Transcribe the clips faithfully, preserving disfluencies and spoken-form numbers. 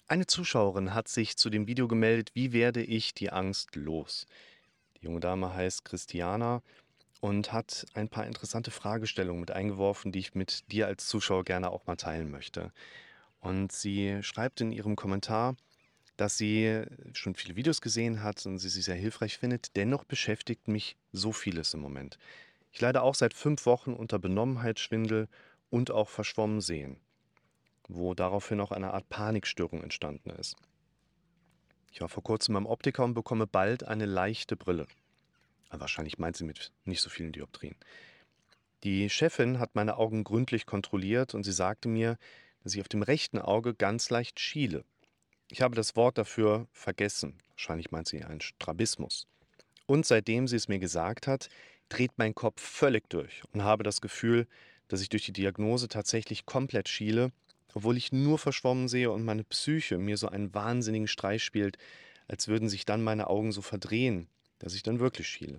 Eine Zuschauerin hat sich zu dem Video gemeldet: „Wie werde ich die Angst los?“ Die junge Dame heißt Christiana und hat ein paar interessante Fragestellungen mit eingeworfen, die ich mit dir als Zuschauer gerne auch mal teilen möchte. Und sie schreibt in ihrem Kommentar, dass sie schon viele Videos gesehen hat und sie sie sehr hilfreich findet. Dennoch beschäftigt mich so vieles im Moment. Ich leide auch seit fünf Wochen unter Benommenheitsschwindel und auch verschwommen sehen, wo daraufhin auch eine Art Panikstörung entstanden ist. Ich war vor kurzem beim Optiker und bekomme bald eine leichte Brille. Aber wahrscheinlich meint sie mit nicht so vielen Dioptrien. Die Chefin hat meine Augen gründlich kontrolliert und sie sagte mir, dass ich auf dem rechten Auge ganz leicht schiele. Ich habe das Wort dafür vergessen. Wahrscheinlich meint sie einen Strabismus. Und seitdem sie es mir gesagt hat, dreht mein Kopf völlig durch und habe das Gefühl, dass ich durch die Diagnose tatsächlich komplett schiele, obwohl ich nur verschwommen sehe und meine Psyche mir so einen wahnsinnigen Streich spielt, als würden sich dann meine Augen so verdrehen, dass ich dann wirklich schiele.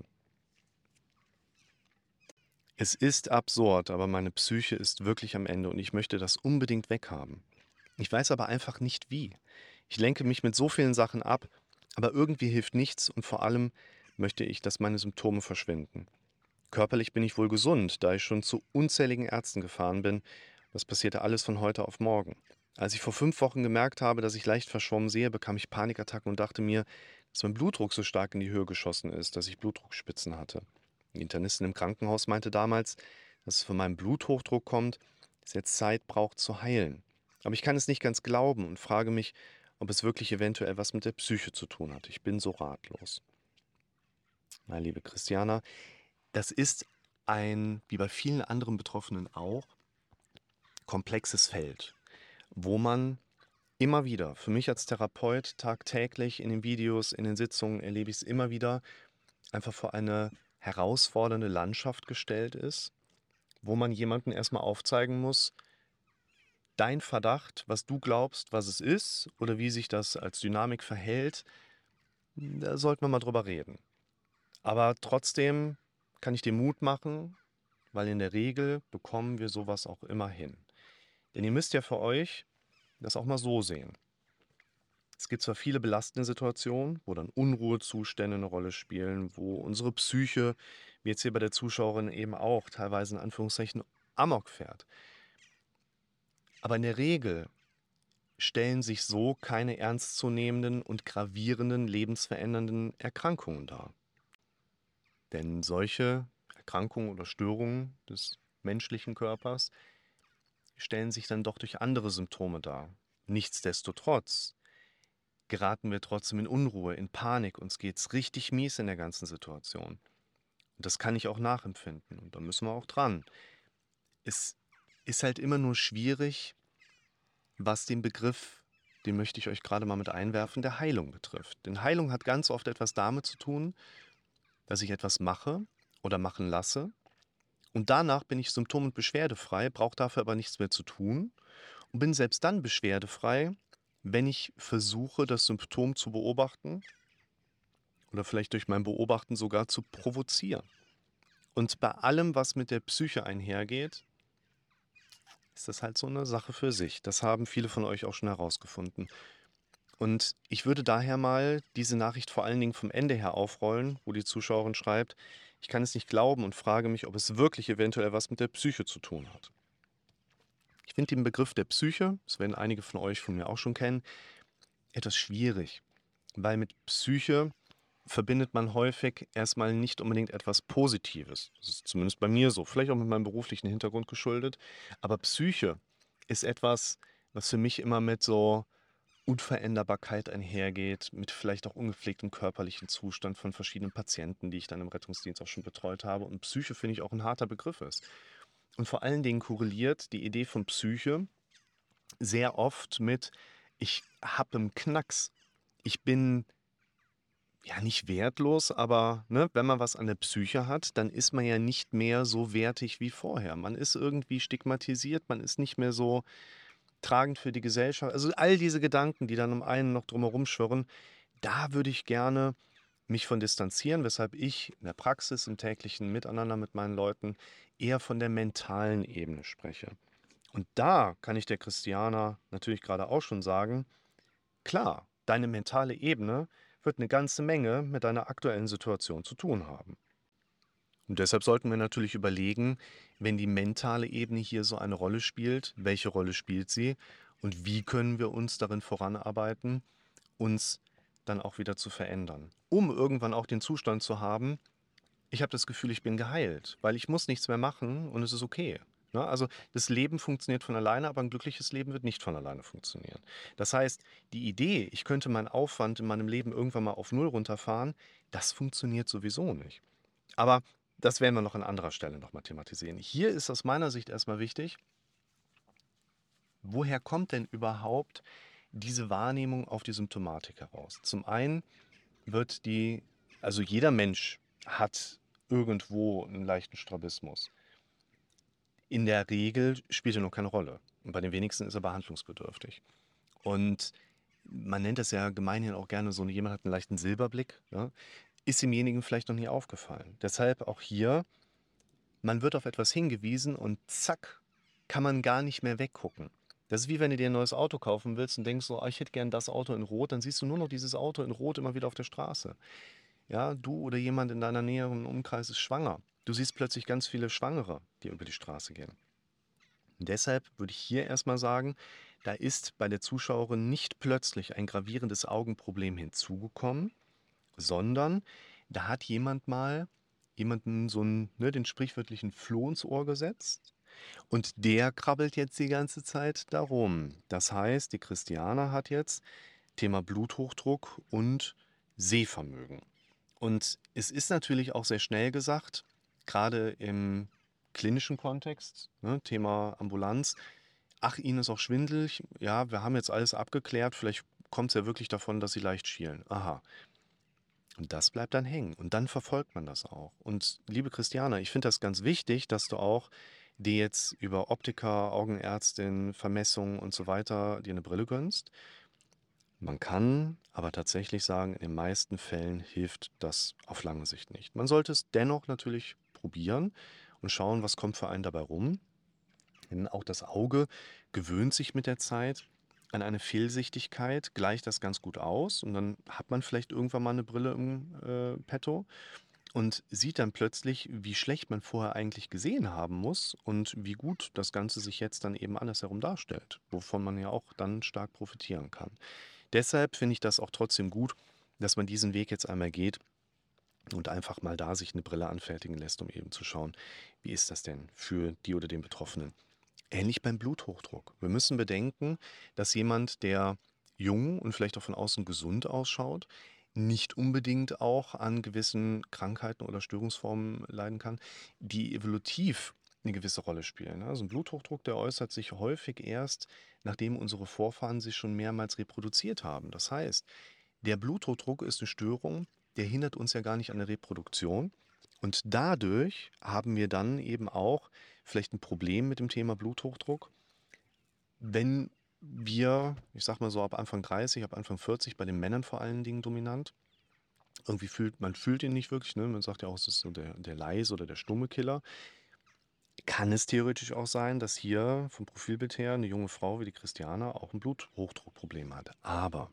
Es ist absurd, aber meine Psyche ist wirklich am Ende und ich möchte das unbedingt weghaben. Ich weiß aber einfach nicht wie. Ich lenke mich mit so vielen Sachen ab, aber irgendwie hilft nichts und vor allem möchte ich, dass meine Symptome verschwinden. Körperlich bin ich wohl gesund, da ich schon zu unzähligen Ärzten gefahren bin. Das passierte alles von heute auf morgen. Als ich vor fünf Wochen gemerkt habe, dass ich leicht verschwommen sehe, bekam ich Panikattacken und dachte mir, dass mein Blutdruck so stark in die Höhe geschossen ist, dass ich Blutdruckspitzen hatte. Die Internistin im Krankenhaus meinte damals, dass es von meinem Bluthochdruck kommt, dass jetzt Zeit braucht zu heilen. Aber ich kann es nicht ganz glauben und frage mich, ob es wirklich eventuell was mit der Psyche zu tun hat. Ich bin so ratlos. Meine liebe Christiana, das ist ein, wie bei vielen anderen Betroffenen auch, komplexes Feld, wo man immer wieder, für mich als Therapeut tagtäglich in den Videos, in den Sitzungen erlebe ich es immer wieder, einfach vor eine herausfordernde Landschaft gestellt ist, wo man jemanden erstmal aufzeigen muss, dein Verdacht, was du glaubst, was es ist oder wie sich das als Dynamik verhält, da sollten wir mal drüber reden. Aber trotzdem kann ich dir Mut machen, weil in der Regel bekommen wir sowas auch immer hin. Denn ihr müsst ja für euch das auch mal so sehen. Es gibt zwar viele belastende Situationen, wo dann Unruhezustände eine Rolle spielen, wo unsere Psyche, wie jetzt hier bei der Zuschauerin eben auch, teilweise in Anführungszeichen Amok fährt. Aber in der Regel stellen sich so keine ernstzunehmenden und gravierenden lebensverändernden Erkrankungen dar. Denn solche Erkrankungen oder Störungen des menschlichen Körpers stellen sich dann doch durch andere Symptome dar. Nichtsdestotrotz geraten wir trotzdem in Unruhe, in Panik, uns geht's richtig mies in der ganzen Situation. Und das kann ich auch nachempfinden und da müssen wir auch dran. Es ist halt immer nur schwierig, was den Begriff, den möchte ich euch gerade mal mit einwerfen, der Heilung betrifft. Denn Heilung hat ganz oft etwas damit zu tun, dass ich etwas mache oder machen lasse und danach bin ich symptom- und beschwerdefrei, brauche dafür aber nichts mehr zu tun und bin selbst dann beschwerdefrei, wenn ich versuche, das Symptom zu beobachten oder vielleicht durch mein Beobachten sogar zu provozieren. Und bei allem, was mit der Psyche einhergeht, ist das halt so eine Sache für sich. Das haben viele von euch auch schon herausgefunden. Und ich würde daher mal diese Nachricht vor allen Dingen vom Ende her aufrollen, wo die Zuschauerin schreibt: „Ich kann es nicht glauben und frage mich, ob es wirklich eventuell was mit der Psyche zu tun hat.“ Ich finde den Begriff der Psyche, das werden einige von euch von mir auch schon kennen, etwas schwierig, weil mit Psyche verbindet man häufig erstmal nicht unbedingt etwas Positives. Das ist zumindest bei mir so, vielleicht auch mit meinem beruflichen Hintergrund geschuldet. Aber Psyche ist etwas, was für mich immer mit so Unveränderbarkeit einhergeht, mit vielleicht auch ungepflegtem körperlichen Zustand von verschiedenen Patienten, die ich dann im Rettungsdienst auch schon betreut habe. Und Psyche finde ich auch ein harter Begriff ist. Und vor allen Dingen korreliert die Idee von Psyche sehr oft mit: Ich habe einen Knacks. Ich bin ja nicht wertlos, aber, ne, wenn man was an der Psyche hat, dann ist man ja nicht mehr so wertig wie vorher. Man ist irgendwie stigmatisiert, man ist nicht mehr so tragend für die Gesellschaft. Also, all diese Gedanken, die dann um einen noch drumherum schwirren, da würde ich gerne mich von distanzieren, weshalb ich in der Praxis, im täglichen Miteinander mit meinen Leuten eher von der mentalen Ebene spreche. Und da kann ich der Christiana natürlich gerade auch schon sagen, Klar, deine mentale Ebene wird eine ganze Menge mit deiner aktuellen Situation zu tun haben. Und deshalb sollten wir natürlich überlegen, wenn die mentale Ebene hier so eine Rolle spielt, welche Rolle spielt sie und wie können wir uns darin voranarbeiten, uns dann auch wieder zu verändern, um irgendwann auch den Zustand zu haben: „Ich habe das Gefühl, ich bin geheilt, weil ich muss nichts mehr machen und es ist okay.“ Ne, also, das Leben funktioniert von alleine, aber ein glückliches Leben wird nicht von alleine funktionieren. Das heißt, die Idee, ich könnte meinen Aufwand in meinem Leben irgendwann mal auf null runterfahren, das funktioniert sowieso nicht. Aber das werden wir noch an anderer Stelle noch mal thematisieren. Hier ist aus meiner Sicht erst mal wichtig, woher kommt denn überhaupt diese Wahrnehmung auf die Symptomatik heraus? Zum einen wird die also jeder Mensch hat irgendwo einen leichten Strabismus. In der Regel spielt er nur keine Rolle und bei den wenigsten ist er behandlungsbedürftig. Und man nennt das ja gemeinhin auch gerne so, jemand hat einen leichten Silberblick, ja? Ist demjenigen vielleicht noch nie aufgefallen. Deshalb auch hier, man wird auf etwas hingewiesen und zack, kann man gar nicht mehr weggucken. Das ist wie wenn du dir ein neues Auto kaufen willst und denkst so: „Ah, ich hätte gern das Auto in Rot“, dann siehst du nur noch dieses Auto in Rot immer wieder auf der Straße. Ja, du oder jemand in deiner näheren Umkreis ist schwanger. Du siehst plötzlich ganz viele Schwangere, die über die Straße gehen. Und deshalb würde ich hier erstmal sagen, da ist bei der Zuschauerin nicht plötzlich ein gravierendes Augenproblem hinzugekommen, sondern da hat jemand mal jemanden so 'n ne, den sprichwörtlichen Floh ins Ohr gesetzt und der krabbelt jetzt die ganze Zeit da rum. Das heißt, die Christiane hat jetzt Thema Bluthochdruck und Sehvermögen. Und es ist natürlich auch sehr schnell gesagt, gerade im klinischen Kontext, ne, Thema Ambulanz: „Ach, Ihnen ist auch schwindelig. Ja, wir haben jetzt alles abgeklärt. Vielleicht kommt es ja wirklich davon, dass Sie leicht schielen.“ Aha. Und das bleibt dann hängen und dann verfolgt man das auch. Und liebe Christiane, ich finde das ganz wichtig, dass du auch dir jetzt über Optiker, Augenärztin, Vermessung und so weiter dir eine Brille gönnst. Man kann aber tatsächlich sagen, in den meisten Fällen hilft das auf lange Sicht nicht. Man sollte es dennoch natürlich probieren und schauen, was kommt für einen dabei rum. Denn auch das Auge gewöhnt sich mit der Zeit an eine Fehlsichtigkeit, gleicht das ganz gut aus und dann hat man vielleicht irgendwann mal eine Brille im äh, Petto und sieht dann plötzlich, wie schlecht man vorher eigentlich gesehen haben muss und wie gut das Ganze sich jetzt dann eben andersherum darstellt, wovon man ja auch dann stark profitieren kann. Deshalb finde ich das auch trotzdem gut, dass man diesen Weg jetzt einmal geht und einfach mal da sich eine Brille anfertigen lässt, um eben zu schauen, wie ist das denn für die oder den Betroffenen. Ähnlich beim Bluthochdruck. Wir müssen bedenken, dass jemand, der jung und vielleicht auch von außen gesund ausschaut, nicht unbedingt auch an gewissen Krankheiten oder Störungsformen leiden kann, die evolutiv eine gewisse Rolle spielen. Also ein Bluthochdruck, der äußert sich häufig erst, nachdem unsere Vorfahren sich schon mehrmals reproduziert haben. Das heißt, der Bluthochdruck ist eine Störung, der hindert uns ja gar nicht an der Reproduktion. Und dadurch haben wir dann eben auch vielleicht ein Problem mit dem Thema Bluthochdruck, wenn wir, ich sage mal so ab Anfang dreißig, ab Anfang vierzig, bei den Männern vor allen Dingen dominant, irgendwie fühlt man fühlt ihn nicht wirklich, ne? Man sagt ja auch, es ist so der der leise oder der stumme Killer. Kann es theoretisch auch sein, dass hier vom Profilbild her eine junge Frau wie die Christiane auch ein Bluthochdruckproblem hat. Aber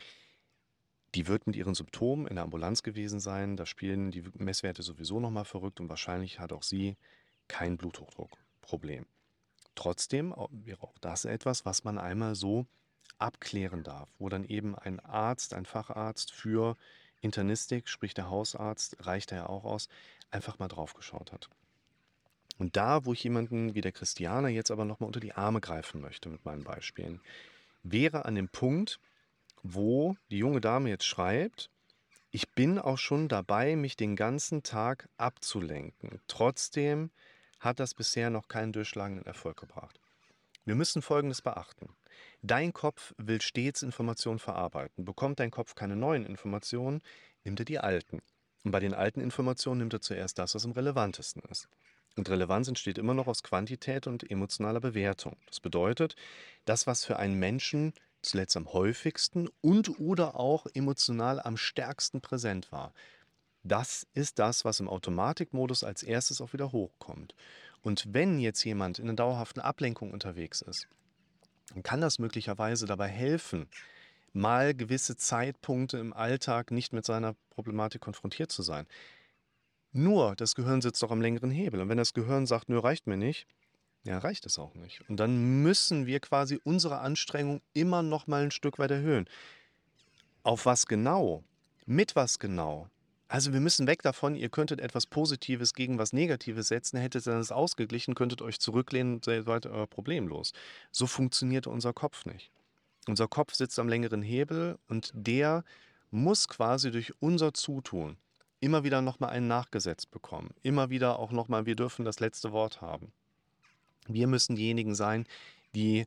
die wird mit ihren Symptomen in der Ambulanz gewesen sein. Da spielen die Messwerte sowieso noch mal verrückt und wahrscheinlich hat auch sie kein Bluthochdruckproblem. Trotzdem au wäre auch das etwas, was man einmal so abklären darf, wo dann eben ein Arzt, ein Facharzt für Internistik, sprich der Hausarzt, reicht da ja auch aus, einfach mal drauf geschaut hat. Und da, wo ich jemanden wie der Christiane jetzt aber noch mal unter die Arme greifen möchte mit meinen Beispielen, wäre an dem Punkt, wo die junge Dame jetzt schreibt: „Ich bin auch schon dabei, mich den ganzen Tag abzulenken. Trotzdem hat das bisher noch keinen durchschlagenden Erfolg gebracht.“ Wir müssen Folgendes beachten. Dein Kopf will stets Informationen verarbeiten. Bekommt dein Kopf keine neuen Informationen, nimmt er die alten. Und bei den alten Informationen nimmt er zuerst das, was am relevantesten ist. Und Relevanz entsteht immer noch aus Quantität und emotionaler Bewertung. Das bedeutet, das, was für einen Menschen zuletzt am häufigsten und oder auch emotional am stärksten präsent war, das ist das, was im Automatikmodus als erstes auch wieder hochkommt. Und wenn jetzt jemand in einer dauerhaften Ablenkung unterwegs ist, dann kann das möglicherweise dabei helfen, mal gewisse Zeitpunkte im Alltag nicht mit seiner Problematik konfrontiert zu sein. Nur das Gehirn sitzt doch am längeren Hebel. Und wenn das Gehirn sagt, nö, reicht mir nicht, ja, reicht es auch nicht. Und dann müssen wir quasi unsere Anstrengung immer noch mal ein Stück weit erhöhen. Auf was genau? Mit was genau? Also wir müssen weg davon, ihr könntet etwas Positives gegen was Negatives setzen, hättet dann das ausgeglichen, könntet euch zurücklehnen und seid weiter euer Problem los. So funktioniert unser Kopf nicht. Unser Kopf sitzt am längeren Hebel und der muss quasi durch unser Zutun immer wieder noch mal einen nachgesetzt bekommen. Immer wieder auch noch mal, wir dürfen das letzte Wort haben. Wir müssen diejenigen sein, die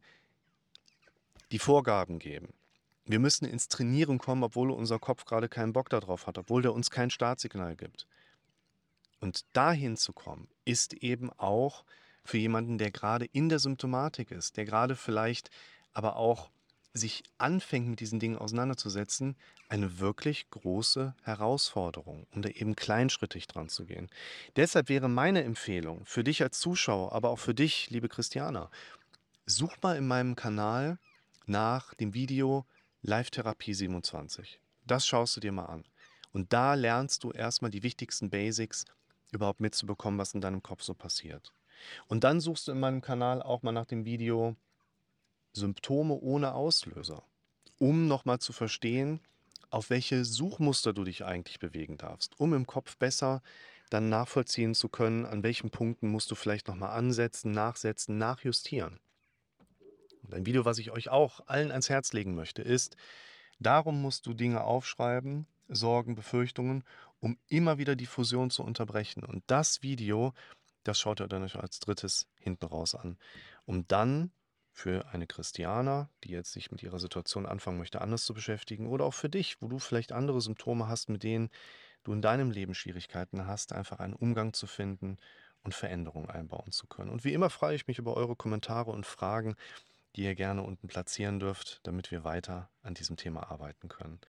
die Vorgaben geben. Wir müssen ins Trainieren kommen, obwohl unser Kopf gerade keinen Bock darauf hat, obwohl der uns kein Startsignal gibt. Und dahin zu kommen, ist eben auch für jemanden, der gerade in der Symptomatik ist, der gerade vielleicht aber auch sich anfängt, mit diesen Dingen auseinanderzusetzen, eine wirklich große Herausforderung, um da eben kleinschrittig dran zu gehen. Deshalb wäre meine Empfehlung für dich als Zuschauer, aber auch für dich, liebe Christiana, such mal in meinem Kanal nach dem Video Live-Therapie siebenundzwanzig. Das schaust du dir mal an. Und da lernst du erstmal die wichtigsten Basics überhaupt mitzubekommen, was in deinem Kopf so passiert. Und dann suchst du in meinem Kanal auch mal nach dem Video Symptome ohne Auslöser, um nochmal zu verstehen, auf welche Suchmuster du dich eigentlich bewegen darfst, um im Kopf besser dann nachvollziehen zu können, an welchen Punkten musst du vielleicht nochmal ansetzen, nachsetzen, nachjustieren. Und ein Video, was ich euch auch allen ans Herz legen möchte, ist: Darum musst du Dinge aufschreiben, Sorgen, Befürchtungen, um immer wieder die Fusion zu unterbrechen. Und das Video, das schaut ihr dann euch als drittes hinten raus an, um dann für eine Christiana, die jetzt sich mit ihrer Situation anfangen möchte, anders zu beschäftigen, oder auch für dich, wo du vielleicht andere Symptome hast, mit denen du in deinem Leben Schwierigkeiten hast, einfach einen Umgang zu finden und Veränderungen einbauen zu können. Und wie immer freue ich mich über eure Kommentare und Fragen, die ihr gerne unten platzieren dürft, damit wir weiter an diesem Thema arbeiten können.